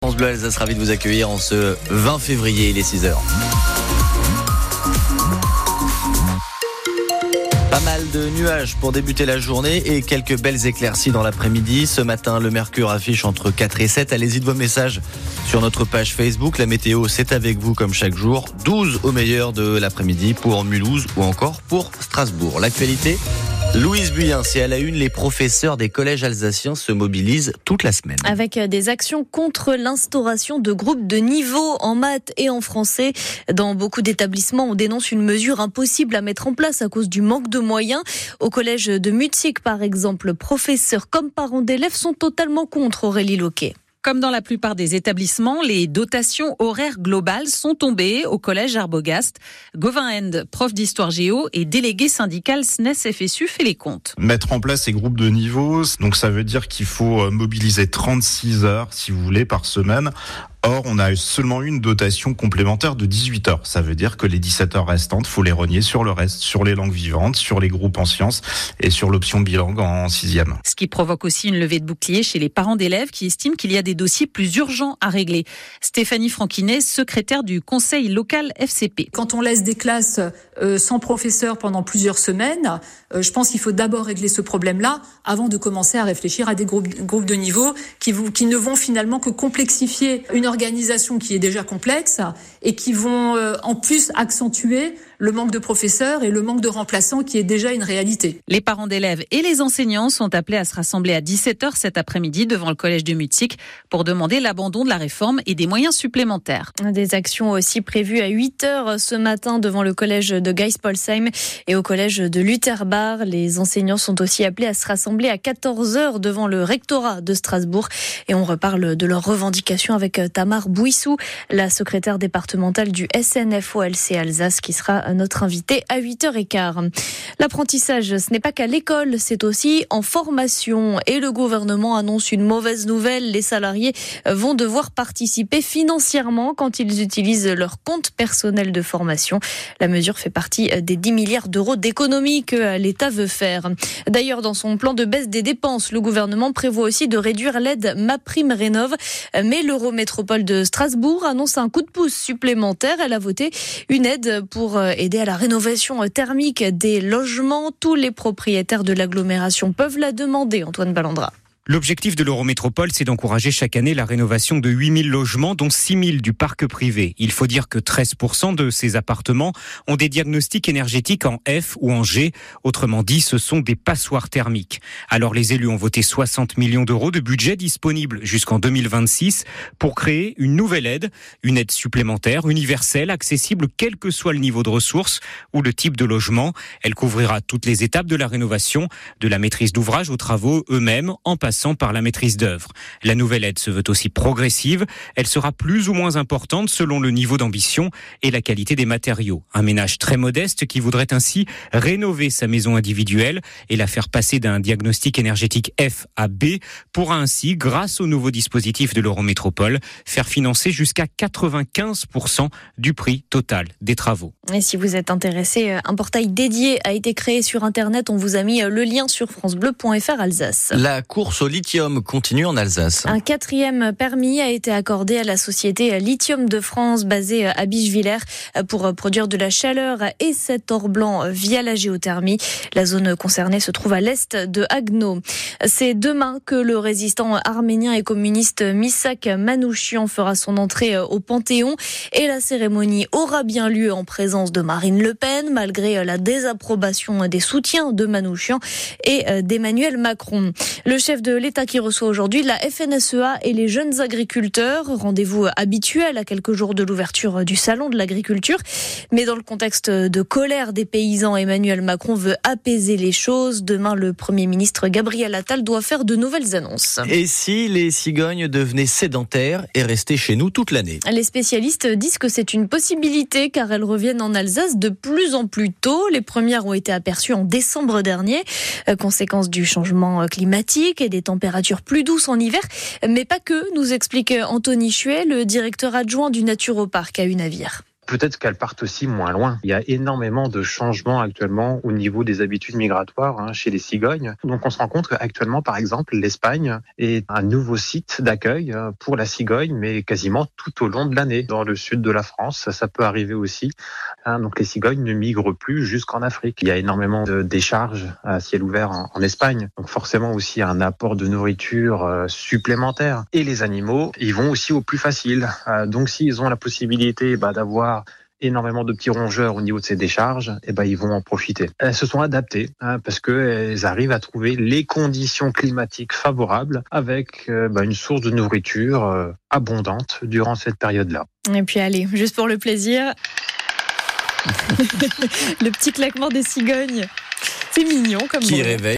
France Bleu Alsace, ravi de vous accueillir en ce 20 février, il est 6h. Pas mal de nuages pour débuter la journée et quelques belles éclaircies dans l'après-midi. Ce matin, le mercure affiche entre 4 et 7. Allez-y de vos messages sur notre page Facebook. La météo, c'est avec vous comme chaque jour. 12 au meilleur de l'après-midi pour Mulhouse ou encore pour Strasbourg. L'actualité, Louise Buyen, c'est à la une, les professeurs des collèges alsaciens se mobilisent toute la semaine. Avec des actions contre l'instauration de groupes de niveau en maths et en français. Dans beaucoup d'établissements, on dénonce une mesure impossible à mettre en place à cause du manque de moyens. Au collège de Mutzig, par exemple, professeurs comme parents d'élèves sont totalement contre. Aurélie Loquet. Comme dans la plupart des établissements, les dotations horaires globales sont tombées au collège Arbogast. Gauvin End, prof d'histoire géo et délégué syndical SNES-FSU, fait les comptes. Mettre en place ces groupes de niveau, donc ça veut dire qu'il faut mobiliser 36 heures, si vous voulez, par semaine. Or, on a seulement une dotation complémentaire de 18 heures. Ça veut dire que les 17 heures restantes, faut les rogner sur le reste, sur les langues vivantes, sur les groupes en sciences et sur l'option bilangue en 6e. Ce qui provoque aussi une levée de bouclier chez les parents d'élèves qui estiment qu'il y a des dossiers plus urgents à régler. Stéphanie Franquinet, secrétaire du conseil local FCP. Quand on laisse des classes sans professeur pendant plusieurs semaines, je pense qu'il faut d'abord régler ce problème-là avant de commencer à réfléchir à des groupes de niveau qui ne vont finalement que complexifier une organisation qui est déjà complexe et qui vont en plus accentuer le manque de professeurs et le manque de remplaçants qui est déjà une réalité. Les parents d'élèves et les enseignants sont appelés à se rassembler à 17h cet après-midi devant le collège de Mutzig pour demander l'abandon de la réforme et des moyens supplémentaires. Des actions aussi prévues à 8h ce matin devant le collège de Geispolsheim et au collège de Lutherbar. Les enseignants sont aussi appelés à se rassembler à 14h devant le rectorat de Strasbourg et on reparle de leurs revendications avec Tamar Bouissou, la secrétaire départementale du SNFOLC Alsace qui sera notre invité à 8h15. L'apprentissage, ce n'est pas qu'à l'école, c'est aussi en formation. Et le gouvernement annonce une mauvaise nouvelle. Les salariés vont devoir participer financièrement quand ils utilisent leur compte personnel de formation. La mesure fait partie des 10 milliards d'euros d'économies que l'État veut faire. D'ailleurs, dans son plan de baisse des dépenses, le gouvernement prévoit aussi de réduire l'aide MaPrimeRénov'. Mais l'Eurométropole de Strasbourg annonce un coup de pouce supplémentaire. Elle a voté une aide pour aider à la rénovation thermique des logements. Tous les propriétaires de l'agglomération peuvent la demander, Antoine Ballandra. L'objectif de l'Eurométropole, c'est d'encourager chaque année la rénovation de 8000 logements, dont 6000 du parc privé. Il faut dire que 13% de ces appartements ont des diagnostics énergétiques en F ou en G. Autrement dit, ce sont des passoires thermiques. Alors les élus ont voté 60 millions d'euros de budget disponible jusqu'en 2026 pour créer une nouvelle aide, une aide supplémentaire, universelle, accessible quel que soit le niveau de ressources ou le type de logement. Elle couvrira toutes les étapes de la rénovation, de la maîtrise d'ouvrage aux travaux eux-mêmes, en passant par la maîtrise d'œuvre. La nouvelle aide se veut aussi progressive. Elle sera plus ou moins importante selon le niveau d'ambition et la qualité des matériaux. Un ménage très modeste qui voudrait ainsi rénover sa maison individuelle et la faire passer d'un diagnostic énergétique F à B pourra ainsi, grâce au nouveau dispositif de l'Eurométropole, faire financer jusqu'à 95% du prix total des travaux. Et si vous êtes intéressé, un portail dédié a été créé sur Internet. On vous a mis le lien sur francebleu.fr Alsace. La course au lithium continue en Alsace. Un 4e permis a été accordé à la société Lithium de France basée à Bischwiller pour produire de la chaleur et cet or blanc via la géothermie. La zone concernée se trouve à l'est de Haguenau. C'est demain que le résistant arménien et communiste Misak Manouchian fera son entrée au Panthéon et la cérémonie aura bien lieu en présence de Marine Le Pen malgré la désapprobation des soutiens de Manouchian et d'Emmanuel Macron. Le chef de l'État qui reçoit aujourd'hui la FNSEA et les jeunes agriculteurs. Rendez-vous habituel à quelques jours de l'ouverture du salon de l'agriculture. Mais dans le contexte de colère des paysans, Emmanuel Macron veut apaiser les choses. Demain, le Premier ministre Gabriel Attal doit faire de nouvelles annonces. Et si les cigognes devenaient sédentaires et restaient chez nous toute l'année ? Les spécialistes disent que c'est une possibilité car elles reviennent en Alsace de plus en plus tôt. Les premières ont été aperçues en décembre dernier, conséquence du changement climatique et des températures plus douces en hiver, mais pas que, nous explique Anthony Chuet, le directeur adjoint du Naturoparc à Unavir. peut-être qu'elles partent aussi moins loin. Il y a énormément de changements actuellement au niveau des habitudes migratoires chez les cigognes. Donc on se rend compte qu'actuellement, par exemple, l'Espagne est un nouveau site d'accueil pour la cigogne, mais quasiment tout au long de l'année. Dans le sud de la France, ça peut arriver aussi. Donc les cigognes ne migrent plus jusqu'en Afrique. Il y a énormément de décharges à ciel ouvert en Espagne. Donc forcément aussi un apport de nourriture supplémentaire. Et les animaux, ils vont aussi au plus facile. Donc s'ils ont la possibilité d'avoir énormément de petits rongeurs au niveau de ces décharges, ils vont en profiter. Elles se sont adaptées parce qu'elles arrivent à trouver les conditions climatiques favorables avec une source de nourriture abondante durant cette période-là. Et puis allez, juste pour le plaisir, le petit claquement des cigognes, c'est mignon comme qui réveille.